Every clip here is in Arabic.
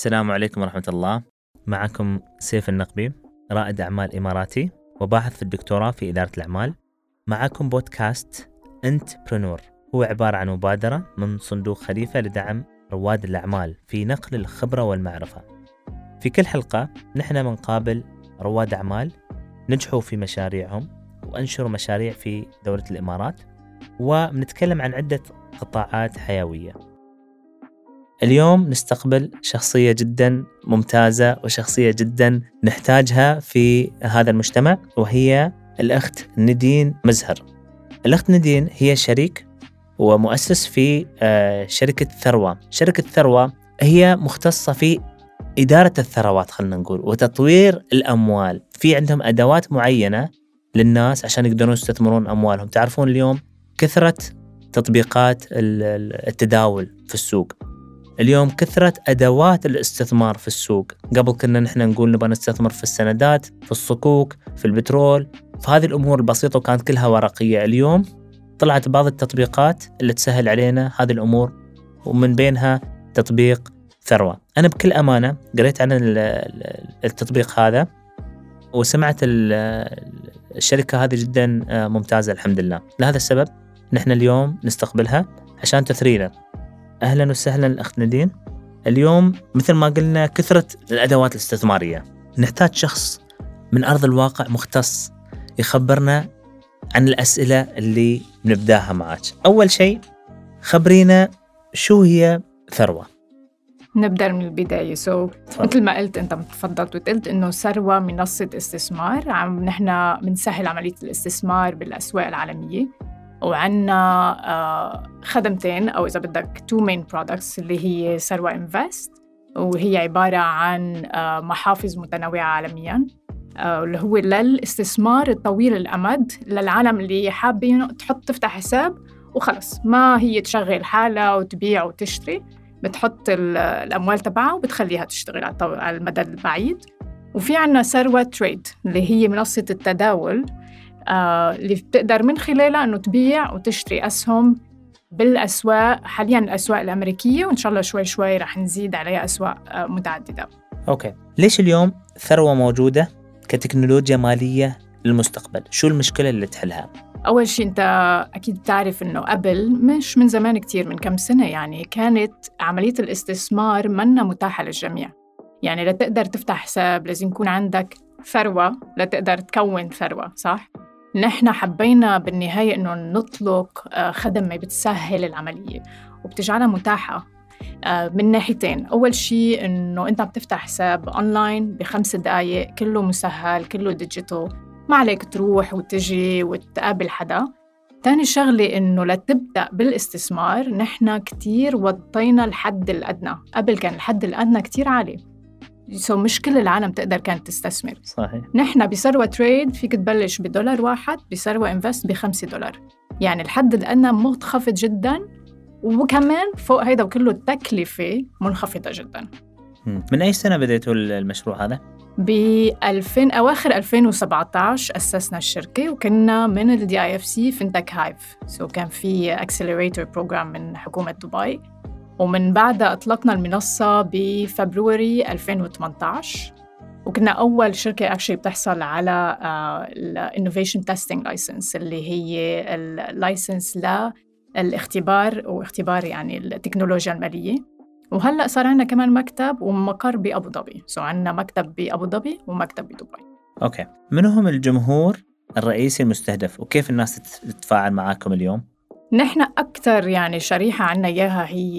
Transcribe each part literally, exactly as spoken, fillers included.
السلام عليكم ورحمة الله. معكم سيف النقبي، رائد أعمال إماراتي وباحث في الدكتوراه في إدارة الأعمال. معكم بودكاست انتربرنور، هو عبارة عن مبادرة من صندوق خليفة لدعم رواد الأعمال في نقل الخبرة والمعرفة. في كل حلقة نحن منقابل رواد أعمال نجحوا في مشاريعهم وأنشروا مشاريع في دولة الإمارات، وبنتكلم عن عدة قطاعات حيوية. اليوم نستقبل شخصية جدا ممتازة وشخصية جدا نحتاجها في هذا المجتمع، وهي الأخت ندين مزهر. الأخت ندين هي شريك ومؤسس في شركة ثروة. شركة ثروة هي مختصة في إدارة الثروات، خلنا نقول، وتطوير الأموال. في عندهم أدوات معينة للناس عشان يقدرون يستثمرون أموالهم. تعرفون اليوم كثرة تطبيقات التداول في السوق، اليوم كثرة أدوات الاستثمار في السوق. قبل كنا نحن نقول نبغى نستثمر في السندات، في الصكوك، في البترول، في هذه الأمور البسيطة وكانت كلها ورقية. اليوم طلعت بعض التطبيقات اللي تسهل علينا هذه الأمور، ومن بينها تطبيق ثروة. أنا بكل أمانة قريت عن التطبيق هذا وسمعت الشركة هذه جدا ممتازة الحمد لله. لهذا السبب نحن اليوم نستقبلها عشان تثرينا. أهلا وسهلا الأخت ندين. اليوم مثل ما قلنا كثرة الأدوات الاستثمارية، نحتاج شخص من أرض الواقع مختص يخبرنا عن الأسئلة اللي نبداها معك. أول شيء خبرينا شو هي ثروة؟ نبدأ من البداية. سو so, مثل ما قلت أنت تفضلت وقلت إنه ثروة منصة استثمار، عم نحن بنسهل عملية الاستثمار بالأسواق العالمية، وعنا خدمتين أو إذا بدك two main products اللي هي ثروة إنفست، وهي عبارة عن محافظ متنوعة عالمياً اللي هو للاستثمار الطويل الأمد للعالم اللي حابين تحط تفتح حساب وخلص، ما هي تشغل حالها وتبيع وتشتري، بتحط الأموال تبعها وبتخليها تشتغل على المدى البعيد. وفي عنا ثروة تريد اللي هي منصة التداول آه اللي بتقدر من خلالها أنه تبيع وتشتري أسهم بالأسواق، حالياً الأسواق الأمريكية، وإن شاء الله شوي شوي رح نزيد عليها أسواق آه متعددة. أوكي، ليش اليوم ثروة موجودة كتكنولوجيا مالية للمستقبل؟ شو المشكلة اللي تحلها؟ أول شيء أنت أكيد تعرف أنه قبل، مش من زمان كتير، من كم سنة يعني، كانت عملية الاستثمار منا متاحة للجميع. يعني لتقدر تفتح حساب لازم يكون عندك ثروة لتقدر تكون ثروة، صح؟ نحن حبينا بالنهاية إنه نطلق خدمة بتسهل العملية وبتجعلها متاحة من ناحيتين. أول شيء إنه أنت بتفتح حساب أونلاين بخمس دقايق، كله مسهل، كله ديجيتال، ما عليك تروح وتجي وتقابل حدا. تاني شغلة إنه لتبدأ بالاستثمار نحن كتير وطينا الحد الأدنى. قبل كان الحد الأدنى كتير عالي، سو مش كل العالم تقدر كانت تستثمر. صحيح. نحن بثروة تريد فيك تبلش بدولار واحد، بثروة انفست بخمسة دولار، يعني الحد الأدنى منخفض جدا، وكمان فوق هيدا وكله التكلفة منخفضة جدا. من أي سنة بديتوا المشروع هذا؟ بألفين أواخر ألفين وسبعة عشر أسسنا الشركة، وكنا من الدي آي اف سي فينتك هايف. سو كان في اكسلريتور بروجرام من حكومة دبي، ومن بعدها أطلقنا المنصة بفبراير ألفين وثمانية عشر، وكنا أول شركة أكشلي بتحصل على ال Innovation Testing License اللي هي اللايسنس للاختبار واختبار يعني التكنولوجيا المالية. وهلأ صار عنا كمان مكتب ومقر بأبو ظبي، سو عنا مكتب بأبو ظبي ومكتب بدبي. أوكي، من هم الجمهور الرئيسي المستهدف وكيف الناس تتفاعل معاكم اليوم؟ نحن أكتر يعني شريحة عنا إياها هي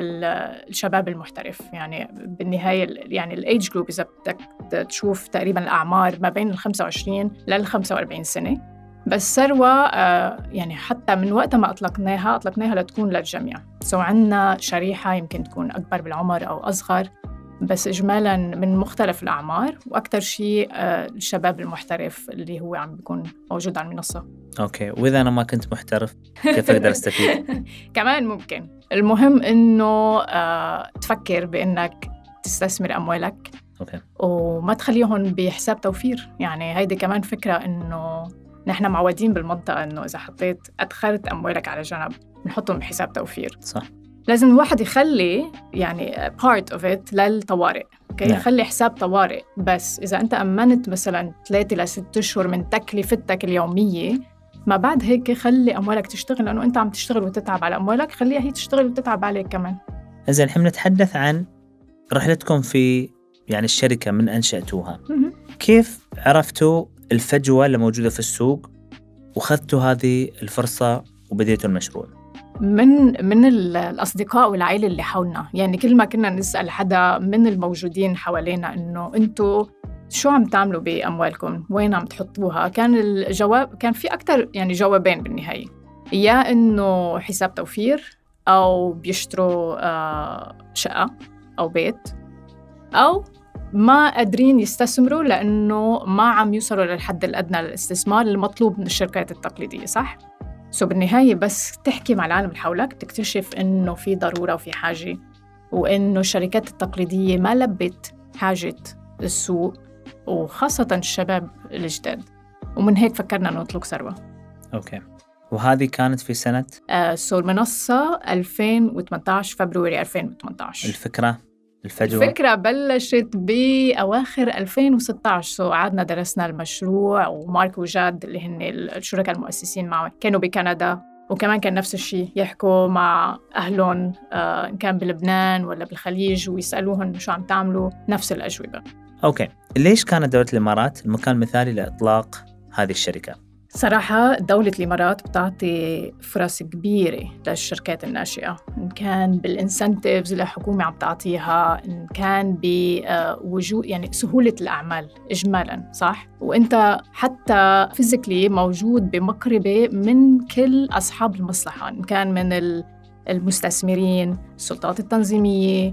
الشباب المحترف. يعني بالنهاية يعني الأيج جروب إذا بدك تشوف تقريباً الأعمار ما بين الخمسة وعشرين للخمسة وأربعين سنة. بس ثروة يعني حتى من وقت ما أطلقناها أطلقناها لتكون للجميع. سو عنا شريحة يمكن تكون أكبر بالعمر أو أصغر، بس إجمالاً من مختلف الأعمار، وأكتر شيء الشباب المحترف اللي هو عم بيكون موجود على المنصة. أوكي، وإذا أنا ما كنت محترف كيف أقدر أستفيد؟ كمان ممكن. المهم إنه آه تفكر بإنك تستثمر أموالك. أوكي. وما تخليهم بحساب توفير. يعني هيدي كمان فكرة إنه نحن معودين بالمنطقة إنه إذا حطيت أدخلت أموالك على جنب نحطهم بحساب توفير. صح. لازم الواحد يخلي يعني part of it للطوارئ. اوكي نعم. خلي حساب طوارئ، بس إذا أنت أمنت مثلاً ثلاثة لست أشهر من تكلفتك اليومية، ما بعد هيك خلي أموالك تشتغل، لأنه أنت عم تشتغل وتتعب على أموالك، خليها هي تشتغل وتتعب عليك كمان. إذن الحين نتحدث عن رحلتكم في يعني الشركة من أنشأتوها. م-م. كيف عرفتوا الفجوة اللي موجودة في السوق وخذتوا هذه الفرصة وبديتوا المشروع؟ من من الأصدقاء والعائلة اللي حولنا. يعني كل ما كنا نسأل حدا من الموجودين حوالينا إنه أنتوا شو عم تعملوا بأموالكم؟ وين عم تحطوها؟ كان الجواب كان في أكتر يعني جوابين بالنهاية، يا إنه حساب توفير، أو بيشتروا آه شقة أو بيت، أو ما قادرين يستثمروا لأنه ما عم يوصلوا للحد الأدنى للاستثمار المطلوب من الشركات التقليدية. صح؟ سو بالنهاية بس تحكي مع العالم اللي حولك تكتشف إنه في ضرورة وفي حاجة، وإنه الشركات التقليدية ما لبت حاجة السوق وخاصة الشباب الجداد، ومن هيك فكرنا نطلق ثروة. أوكي. وهذه كانت في سنة؟ آه سو المنصة ألفين وثمانية عشر فبراير ألفين وثمانية عشر. الفكرة الفجوة الفكرة بلشت بأواخر ألفين وستة عشر. سو قعدنا درسنا المشروع، ومارك وجاد اللي هن الشركاء المؤسسين معه كانوا بكندا، وكمان كان نفس الشيء يحكوا مع أهلهم آه إن كان بلبنان ولا بالخليج، ويسألوهم شو عم تعملوا، نفس الأجوبة. أوكي. ليش كانت دولة الإمارات المكان المثالي لإطلاق هذه الشركة؟ صراحة دولة الإمارات بتعطي فرص كبيرة للشركات الناشئة، إن كان بالإنسنتيفز اللي الحكومة عم تعطيها، إن كان بوجود يعني سهولة الأعمال إجمالاً. صح؟ وإنت حتى فيزيكلي موجود بمقربة من كل أصحاب المصلحة، إن كان من المستثمرين، السلطات التنظيمية،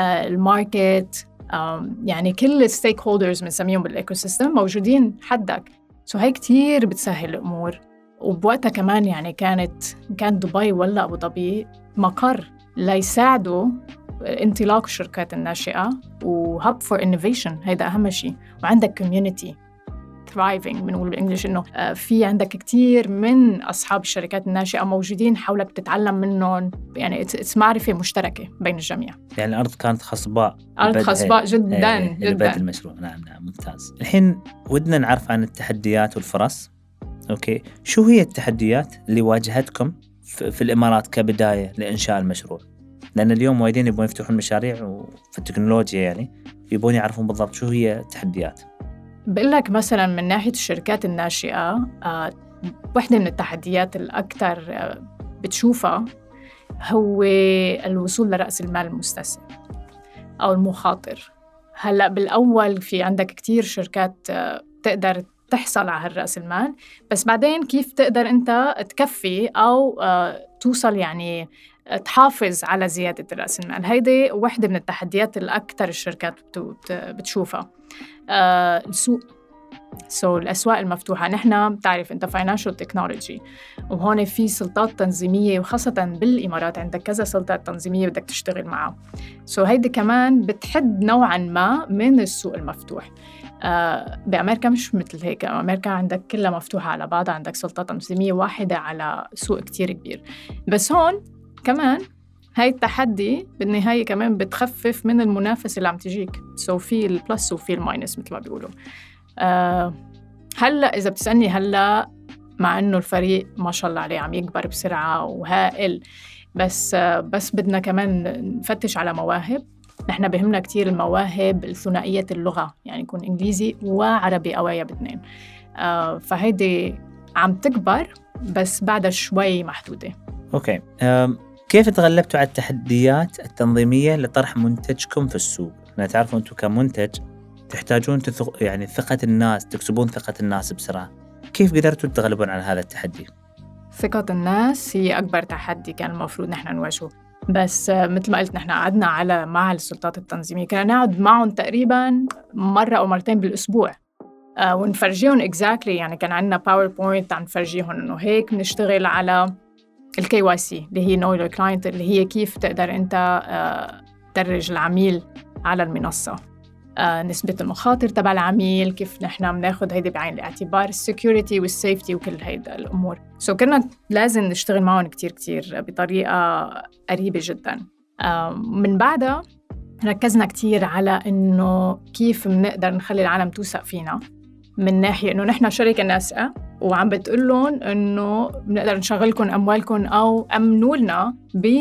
الماركت، يعني كل الستيك هولدرز بنسميهم بالإيكو سيستم موجودين حدك. سو هاي كتير بتسهل الأمور. وبوقتها كمان يعني كانت كانت دبي ولا أبو ظبي مقر ليساعدوا انطلاق الشركات الناشئة، وهب فور انوفيشن، هيدا أهم شيء. وعندك كوميونيتي thriving بنقول بالإنجليش، إنه في عندك كتير من أصحاب الشركات الناشئة موجودين حولك بتتعلم منهم، يعني اتس معرفة مشتركة بين الجميع. يعني الأرض كانت خصباء، أرض خصباء جداً جداً لبدء المشروع. نعم نعم ممتاز. الحين ودنا نعرف عن التحديات والفرص. أوكي، شو هي التحديات اللي واجهتكم في الإمارات كبداية لإنشاء المشروع؟ لأن اليوم وايدين يبون يفتحون مشاريع وفي التكنولوجيا، يعني يبون يعرفون بالضبط شو هي التحديات. بقول لك مثلاً من ناحية الشركات الناشئة، آه، واحدة من التحديات الأكثر آه، بتشوفها هو الوصول لرأس المال المستثمر أو المخاطر. هلأ بالأول في عندك كتير شركات آه، تقدر تحصل على هالرأس المال، بس بعدين كيف تقدر أنت تكفي أو آه، توصل يعني تحافظ على زيادة رأس المال. هيدي واحدة من التحديات الأكثر الشركات بتشوفها. آه، السوق، سو so, الأسواق المفتوحة. نحن بتعرف أنت financial technology، وهون في سلطات تنظيمية، وخاصة بالإمارات عندك كذا سلطة تنظيمية بدك تشتغل معها. سو so, هيدي كمان بتحد نوعاً ما من السوق المفتوح. آه بأمريكا مش مثل هيك. أمريكا عندك كلها مفتوحة على بعضها، عندك سلطة تنظيمية واحدة على سوق كتير كبير. بس هون كمان هاي التحدي بالنهاية كمان بتخفف من المنافسة اللي عم تجيك. سو so, في البلس وفي الماينس مثل ما بيقولوا. أه هلأ إذا بتسألني هلأ، مع إنه الفريق ما شاء الله عليه عم يكبر بسرعة وهائل، بس أه بس بدنا كمان نفتش على مواهب. نحن بهمنا كتير المواهب الثنائية اللغة، يعني يكون إنجليزي وعربي أويا باثنين. أه فهيدي عم تكبر بس بعدها شوي محدودة. أوكي. أم كيف تغلبتوا على التحديات التنظيمية لطرح منتجكم في السوق؟ أنا تعرفوا أنتم كمنتج تحتاجون تثق يعني ثقة الناس، تكسبون ثقة الناس بسرعة. كيف قدرتوا تتغلبون على هذا التحدي؟ ثقة الناس هي أكبر تحدي كان المفروض نحن نواجهه. بس مثل ما قلت نحن قعدنا على مع السلطات التنظيمية، كنا نقعد معهم تقريباً مرة أو مرتين بالأسبوع آه ونفرجيهم exactly. يعني كان عندنا باوربوينت عم نفرجيهم إنه هيك نشتغل على الكي واي سي اللي هي know your client، اللي هي كيف تقدر أنت آه تدرج العميل على المنصة. آه، نسبة المخاطر تبع العميل، كيف نحن بناخد هيدي بعين الاعتبار، السيكوريتي والسيفتي وكل هيدا الأمور. سو so كنا لازم نشتغل معهم كتير كتير بطريقة قريبة جدا. آه، من بعدها ركزنا كتير على إنه كيف بنقدر نخلي العالم توثق فينا، من ناحية إنه نحن شركة ناسئة وعم بتقول لهم إنه بنقدر نشغلكم أموالكم أو أمنوا لنا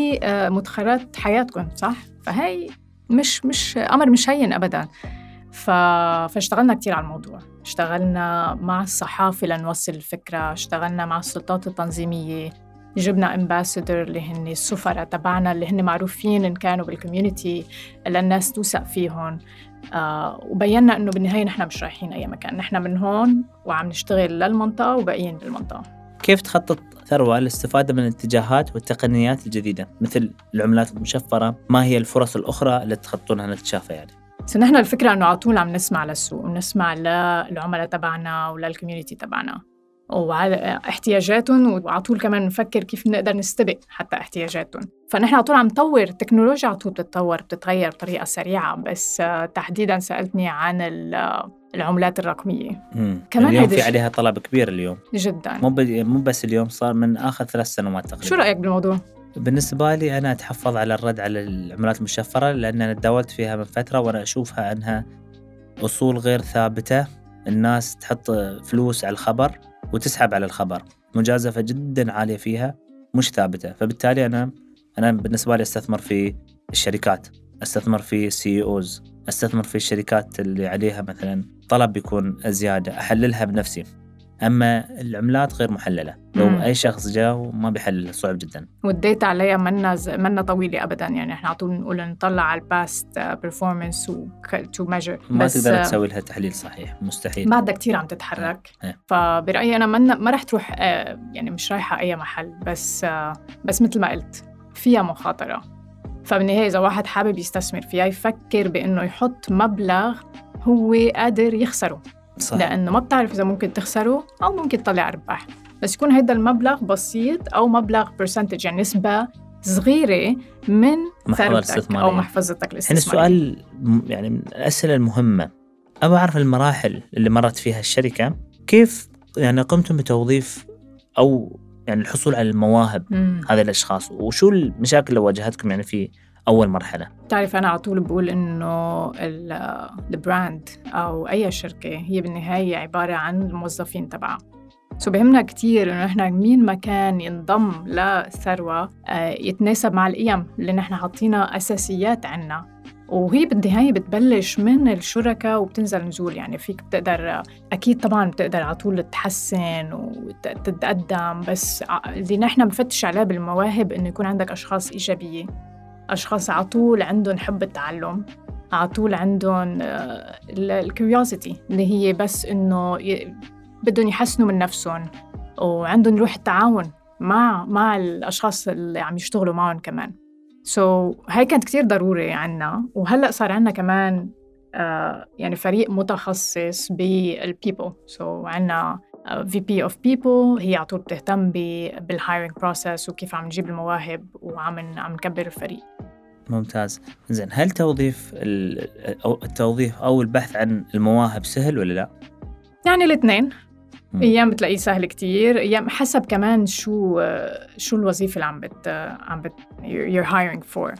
بمدخرات حياتكم، صح؟ فهي مش مش أمر مش هين أبداً. ف... فاشتغلنا كتير على الموضوع، اشتغلنا مع الصحافة لنوصل الفكرة، اشتغلنا مع السلطات التنظيمية، جبنا امباسادور اللي هن السفراء تبعنا اللي هن معروفين إن كانوا بالكوميونيتي للناس توثق فيهم. آه وبينا إنه بالنهاية نحن مش رايحين أي مكان، نحن من هون وعم نشتغل للمنطقة وباقيين بالمنطقة. كيف تخطط ثروة للاستفادة من الاتجاهات والتقنيات الجديدة مثل العملات المشفرة؟ ما هي الفرص الأخرى اللي تخطونها للاكتشافها يعني؟ سو نحن الفكرة إنه على طول عم نسمع للسوق ونسمع للعملاء تبعنا وللكوميونيتي تبعنا وعلى احتياجاتهم، وعلى طول كمان نفكر كيف نقدر نستبق حتى احتياجاتهم. فنحن على طول عم نطور التكنولوجيا، على طول بتتطور بتتغير بطريقة سريعة. بس تحديداً سألتني عن العملات الرقمية. مم. كمان اليوم في عليها طلب كبير اليوم جدا، مو مو بس اليوم، صار من آخر ثلاث سنوات تقريبا. شو رأيك بالموضوع؟ بالنسبة لي أنا أتحفظ على الرد على العملات المشفرة، لأن أنا تداولت فيها من فترة وأنا أشوفها أنها أصول غير ثابتة. الناس تحط فلوس على الخبر وتسحب على الخبر، مجازفة جدا عالية فيها مش ثابتة. فبالتالي أنا أنا بالنسبة لي أستثمر في الشركات، أستثمر في سي أوز، أستثمر في الشركات اللي عليها مثلا طلب بيكون زيادة، أحللها بنفسي. أما العملات غير محللة، لو مم. أي شخص جاء وما بيحلل صعب جدا، والديتا عليها منا ز... منا طويلة أبدا. يعني إحنا على طول نقول نطلع على الباست performance و to measure، ما تقدر تسوي لها تحليل صحيح، مستحيل، بعدها كتير عم تتحرك. اه. اه. فبرأيي أنا منا ما رح تروح، يعني مش رايحة أي محل، بس بس مثل ما قلت فيها مخاطرة. فبالنهاية إذا واحد حابب يستثمر فيها يفكر بأنه يحط مبلغ هو قادر يخسره، صح. لأنه ما بتعرف إذا ممكن تخسره أو ممكن تطلع أرباح، بس يكون هيدا المبلغ بسيط أو مبلغ برسنتج، يعني نسبة صغيرة من ثروتك أو محفظتك الاستثمارية. السؤال يعني من الأسئلة المهمة، أبغى أعرف المراحل اللي مرت فيها الشركة، كيف يعني قمتم بتوظيف أو يعني الحصول على المواهب هذه الأشخاص، وشو المشاكل اللي واجهتكم يعني في أول مرحلة؟ تعرف أنا على طول بقول إنه البراند أو أي شركة هي بالنهاية عبارة عن الموظفين تبعها. سو بهمنا كتير إنه إحنا مين ما كان ينضم للثروة يتناسب مع القيم اللي نحن حاطينها أساسيات عنا، وهي بالنهاية بتبلش من الشركة وبتنزل نزول. يعني فيك بتقدر أكيد طبعاً بتقدر على طول تتحسن وتتقدم، بس اللي نحن بنفتش عليه بالمواهب إنه يكون عندك أشخاص إيجابية، أشخاص على طول عندهم حب التعلم، على طول عندهم الكيوريوسيتي اللي هي بس إنه بدهم يحسنوا من نفسهم، وعندهم روح التعاون مع مع الأشخاص اللي عم يشتغلوا معهم كمان. سو so, هاي كانت كتير ضروري عنا. وهلأ صار عنا كمان آه يعني فريق متخصص بالبيبل. سو so, عنا في بي of people هي على طول بتهتم بالهايرنج بروسس وكيف عم نجيب المواهب وعم عم نكبر الفريق. ممتاز. زين، هل توظيف التوظيف أو البحث عن المواهب سهل ولا لا؟ يعني الاثنين. أيام بتلاقيه سهل كتير، أيام حسب كمان شو شو الوظيفة اللي عم بت عم بت you're hiring for.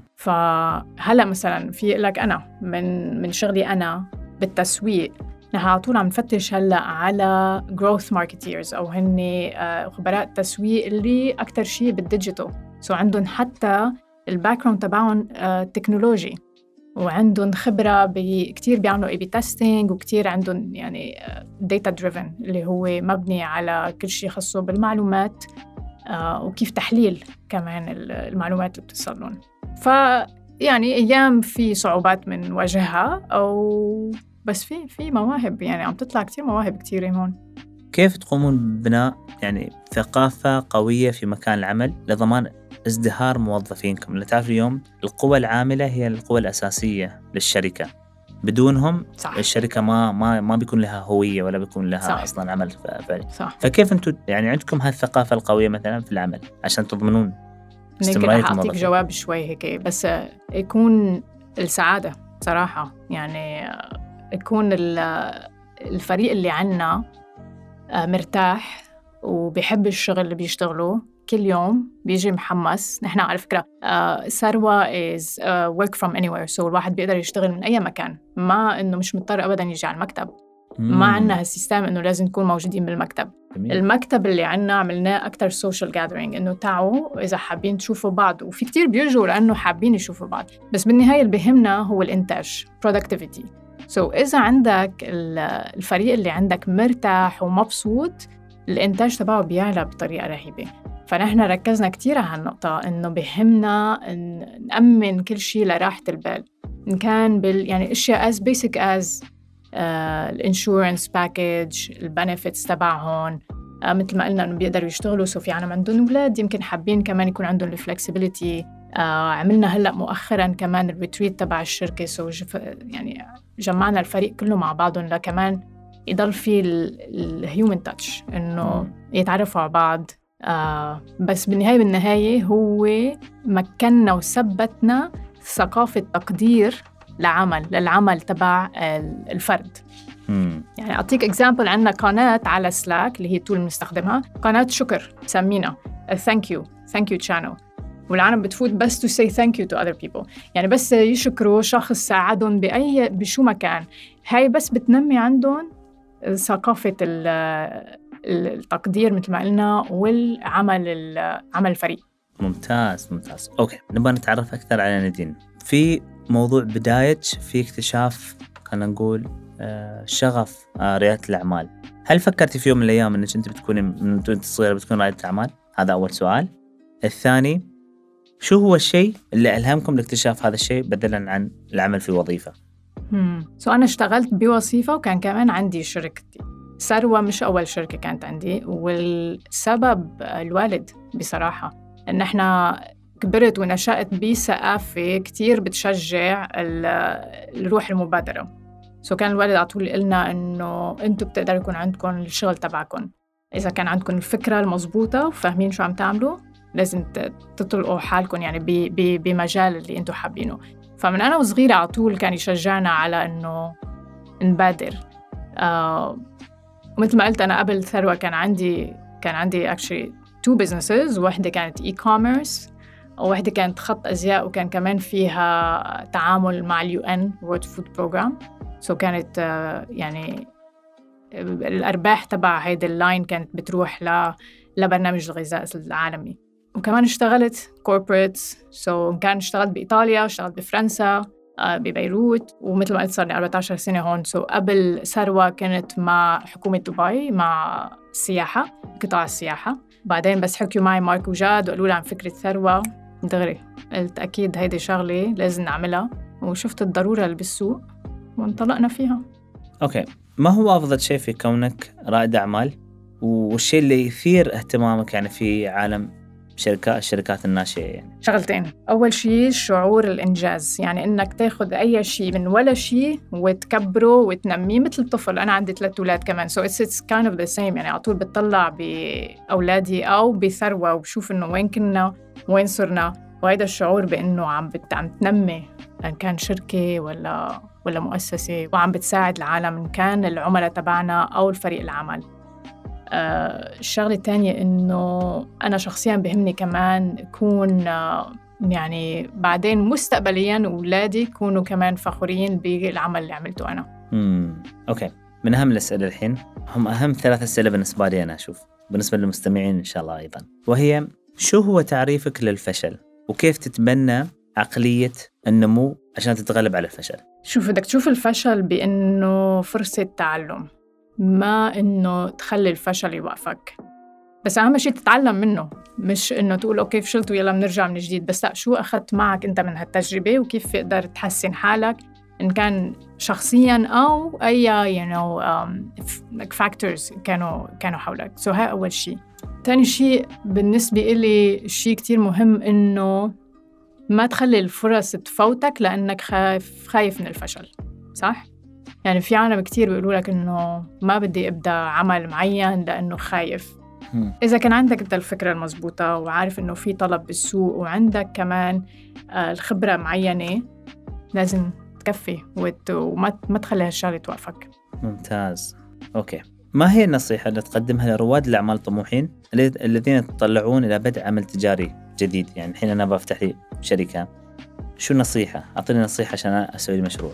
فهلا مثلا في لك أنا من من شغلي أنا بالتسويق، نحن على طول عم نفتش هلا على growth marketeers أو هن خبراء التسويق اللي أكتر شيء بالديجيتال. سو عندهم حتى الباك جراوند تبعهم تكنولوجي، وعندهم خبرة بكتير بيعملوا اي بي تيستينج، وكتير عندهم يعني داتا دريفن اللي هو مبني على كل شيء خاصه بالمعلومات وكيف تحليل كمان المعلومات اللي بتصل لهم. فيعني أيام في صعوبات من وجهها، أو بس في في مواهب، يعني عم تطلع كتير مواهب كتيرة هون. كيف تقومون ببناء يعني ثقافة قوية في مكان العمل لضمان ازدهار موظفينكم؟ اللي تعرف اليوم القوى العاملة هي القوى الأساسية للشركة، بدونهم صح. الشركة ما ما ما بيكون لها هوية ولا بيكون لها صح. أصلاً عمل فعلي. فكيف أنتم يعني عندكم هالثقافة القوية مثلاً في العمل عشان تضمنون استمرارية الموظفين؟ أعطيك جواب شوي هيك، بس يكون السعادة صراحة. يعني يكون الفريق اللي عنا مرتاح وبيحب الشغل اللي بيشتغلوه كل يوم، بيجي محمس. نحن على فكرة ثروة is work from anywhere، so الواحد بيقدر يشتغل من أي مكان، ما إنه مش مضطر أبداً يجي على المكتب. ما عنا هالسيستم إنه لازم نكون موجودين بالمكتب. جميل. المكتب اللي عنا عملناه أكتر social gathering، إنه تعوا إذا حابين تشوفوا بعض، وفي كتير بيرجوا لأنه حابين يشوفوا بعض، بس بالنهاية اللي بهمنا هو الإنتاج productivity. so إذا عندك الفريق اللي عندك مرتاح ومبسوط، الإنتاج تبعه بيعلى بطريقة رهيبة. فنحن ركزنا كتير على هالنقطة، إنه بهمنا إن نأمن كل شيء لراحة البال، إن كان بال يعني أشياء as basic as الانشورنس باكيج، البنفيتس تبعهم، آه مثل ما قلنا إنه بيقدروا يشتغلوا، سو في عالم عندهم أولاد يمكن حابين كمان يكون عندهم الفلكسبيليتي. آه عملنا هلأ مؤخراً كمان الريتريت تبع الشركة، سو جف يعني جمعنا الفريق كله مع بعضهم لكمان يضل في الهيومن تاتش، إنه يتعرفوا على بعض. آه بس بالنهاية بالنهاية هو مكننا وثبتنا ثقافة تقدير لعمل للعمل تبع الفرد. مم. يعني أعطيك إكزامبل، عندنا قناة على سلاك اللي هي تول بنستخدمها، قناة شكر سمينا thank you thank you channel، والعالم بتفوت بس to say thank you to other people، يعني بس يشكروا شخص ساعدهم بأي بشو مكان. هاي بس بتنمي عندهم ثقافة التقدير مثل ما قلنا، والعمل العمل الفريق. ممتاز ممتاز. أوكي، نبغى نتعرف أكثر على نادين في موضوع بداية في اكتشاف، خلينا نقول آه شغف آه ريادة الأعمال. هل فكرتي في يوم من الأيام أنك أنت بتكوني من أنت صغيرة بتكون رائدة أعمال؟ هذا أول سؤال. الثاني، شو هو الشيء اللي ألهمكم لاكتشاف هذا الشيء بدلاً عن العمل في وظيفة؟ امم سو أنا اشتغلت بوظيفة وكان كمان عندي شركتي. ثروة مش أول شركة كانت عندي، والسبب الوالد بصراحة، إن إحنا كبرت ونشأت بثقافة كتير بتشجع الروح المبادرة. سو كان الوالد على طول قلنا إنه أنتوا بتقدروا يكون عندكم الشغل تبعكم، إذا كان عندكم الفكرة المضبوطة وفاهمين شو عم تعملوا لازم تطلقوا حالكم يعني بمجال اللي أنتوا حابينه. فمن أنا وصغيرة على طول كان يشجعنا على إنه نبادر. آه مثل ما قلت أنا قبل ثروة كان عندي كان عندي actually two businesses، واحدة كانت e-commerce وواحدة كانت خط أزياء، وكان كمان فيها تعامل مع اليو إن World Food Program. سو so كانت يعني الأرباح تبع هيدا اللاين كانت بتروح ل لبرنامج الغذاء العالمي. وكمان اشتغلت corporates، سو so كان اشتغلت بإيطاليا، اشتغلت بفرنسا، ببيروت، ومثل ما قلت صار لي أربعة عشر سنة هون. سو so قبل ثروة كانت مع حكومة دبي مع السياحة، قطاع السياحة. بعدين بس حكيوا معي مارك وجاد وقالوا لي عن فكرة ثروة، دغري قلت أكيد هيدي شغلة لازم نعملها، وشفت الضرورة اللي بالسوق وانطلقنا فيها. أوكي، ما هو أفضل شيء في كونك رائد أعمال والشيء اللي يثير اهتمامك يعني في عالم شركات الشركات الناشئة؟ يعني شغلتين. أول شيء شعور الإنجاز، يعني إنك تاخد أي شيء من ولا شيء وتكبره وتنميه مثل الطفل. أنا عندي ثلاث أولاد كمان، so it's, it's kind of the same، يعني على طول بتطلع بأولادي أو بثروة وبشوف إنه وين كنا وين صرنا، وهذا الشعور بإنه عم بت عم تنمي إن كان شركة ولا ولا مؤسسة، وعم بتساعد العالم إن كان العملاء تبعنا أو الفريق العمل. آه الشغلة الثانية إنه أنا شخصياً بهمني كمان أكون آه يعني بعدين مستقبلياً أولادي يكونوا كمان فخورين بالعمل اللي عملته أنا. امم أوكي، من أهم الأسئلة الحين، هم أهم ثلاث أسئلة بالنسبة لي أنا أشوف، بالنسبة للمستمعين إن شاء الله أيضاً، وهي شو هو تعريفك للفشل وكيف تتبنى عقلية النمو عشان تتغلب على الفشل؟ شوف، بدك تشوف الفشل بأنه فرصة تعلم، ما إنه تخلي الفشل يوقفك. بس أهم شيء تتعلم منه، مش إنه تقول أوكي فشلت ويلا بنرجع من جديد، بس لا، شو أخذت معك أنت من هالتجربة وكيف تقدر تحسن حالك إن كان شخصياً أو أي you know um, factors كانوا كانوا حولك. سو هاي أول شيء. تاني شيء بالنسبة إلي شيء كتير مهم، إنه ما تخلي الفرص تفوتك لأنك خايف خايف من الفشل. صح؟ يعني في عالم كتير بيقولوا لك إنه ما بدي أبدأ عمل معين لأنه خايف. إذا كان عندك أنت الفكرة المضبوطة وعارف إنه في طلب بالسوق وعندك كمان الخبرة معينة، لازم تكفي وت... وما ما تخلي هالشغلة توقفك. ممتاز. أوكي، ما هي النصيحة اللي تقدمها لرواد الأعمال الطموحين الذين يتطلعون إلى بدء عمل تجاري جديد؟ يعني الحين أنا بفتح لي شركة، شو النصيحة؟ أعطيني نصيحة عشان أسوي لي مشروع.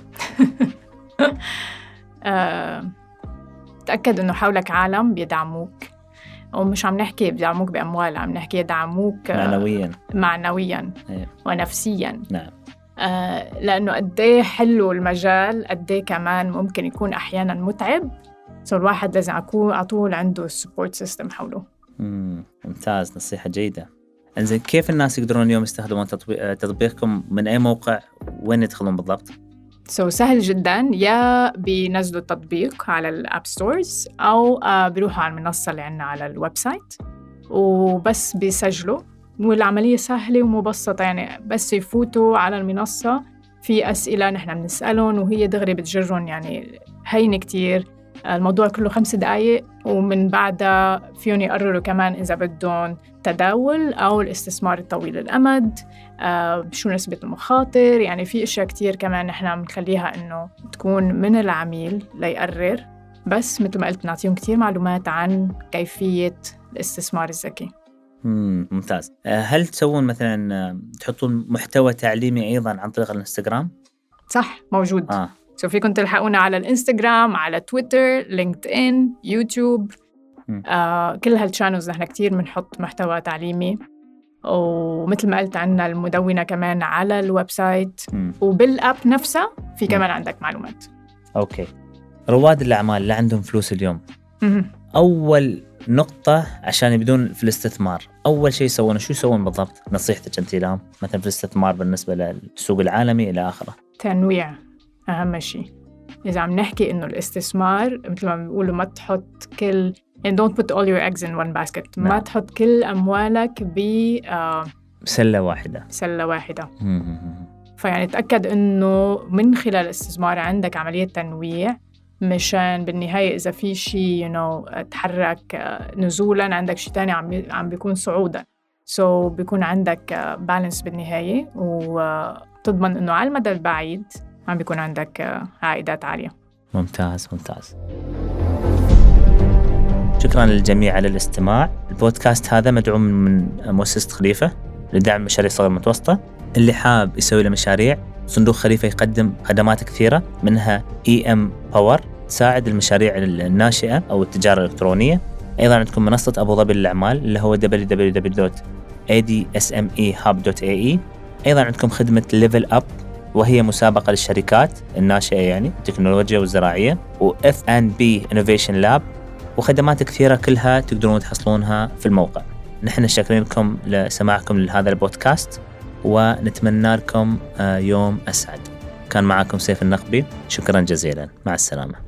أه... تأكد إنه حولك عالم بيدعموك، ومش عم نحكي بيدعموك بأموال، عم نحكي يدعموك معنوياً معنوياً أيه. ونفسياً. نعم. آه لأنه قديه حلو المجال، قديه كمان ممكن يكون أحياناً متعب، سو الواحد لازم يكون على طول عنده السبورت سيستم حوله. مم. ممتاز، نصيحة جيدة. إنزين، كيف الناس يقدرون اليوم يستخدمون تطبيق تطبيقكم؟ من أي موقع؟ وين يدخلون بالضبط؟ سو so, سهل جداً، يا بينزلوا التطبيق على الأب ستورز أو آه بيروحوا على المنصة اللي عنا على الويب سايت وبس بيسجلوا، والعملية سهلة ومبسطة. يعني بس يفوتوا على المنصة، في أسئلة نحن بنسألهم وهي دغري بتجرهم، يعني هين كتير. الموضوع كله خمس دقايق، ومن بعدها فيهم يقرروا كمان إذا بدهم تداول أو الاستثمار الطويل الأمد، آه شو نسبة المخاطر. يعني في أشياء كتير كمان نحن بنخليها إنه تكون من العميل ليقرر، بس مثل ما قلت نعطيهم كتير معلومات عن كيفية الاستثمار الذكي. مم. ممتاز. هل تسوون مثلا تحطون محتوى تعليمي أيضا عن طريق الانستغرام؟ صح، موجود. آه. سو فيكم تلحقونا على الانستغرام، على تويتر، لينكد إن، يوتيوب. آه كل هالشانلز نحن كتير بنحط محتوى تعليمي، ومثل ما قلت عنا المدونة كمان على الويب سايت، م. وبالأب نفسها في كمان م. عندك معلومات. أوكي. رواد الأعمال اللي عندهم فلوس اليوم، م. أول نقطة عشان يبدون في الاستثمار، أول شيء يسوونه شو يسوون بالضبط؟ نصيحتك أنت لهم مثلا في الاستثمار بالنسبة للسوق العالمي إلى آخره. تنويع أهم شيء. إذا عم نحكي إنه الاستثمار مثل ما بيقولوا ما تحط كل يعني don't put all your eggs in one basket. نعم. ما تحط كل أموالك ب آه سلة واحدة سلة واحدة. فيعني تأكد إنه من خلال الاستثمار عندك عملية تنويع، مشان بالنهاية إذا في شيء you know تحرك نزولاً، عندك شيء تاني عم عم بيكون صعوداً. so بيكون عندك بالانس بالنهاية، وتضمن إنه على المدى البعيد عم بيكون عندك عائدات عالية. ممتاز ممتاز. شكراً للجميع على الاستماع. البودكاست هذا مدعوم من مؤسسة خليفة لدعم مشاريع صغيرة متوسطة. اللي حاب يسوي له مشاريع، صندوق خليفة يقدم خدمات كثيرة، منها إي إم Power تساعد المشاريع الناشئة أو التجارة الإلكترونية. أيضاً عندكم منصة أبو ظبي للأعمال اللي هو دبليو دبليو دبليو دوت إيه دي إس إم إي هاب دوت إيه إي. أيضاً عندكم خدمة ليفل أب، وهي مسابقة للشركات الناشئة يعني التكنولوجيا والزراعية، و إف أند بي Innovation Lab، وخدمات كثيرة كلها تقدرون تحصلونها في الموقع. نحن شاكرين لكم لسماعكم لهذا البودكاست، ونتمنى لكم يوم أسعد. كان معكم سيف النقبي، شكرا جزيلا، مع السلامة.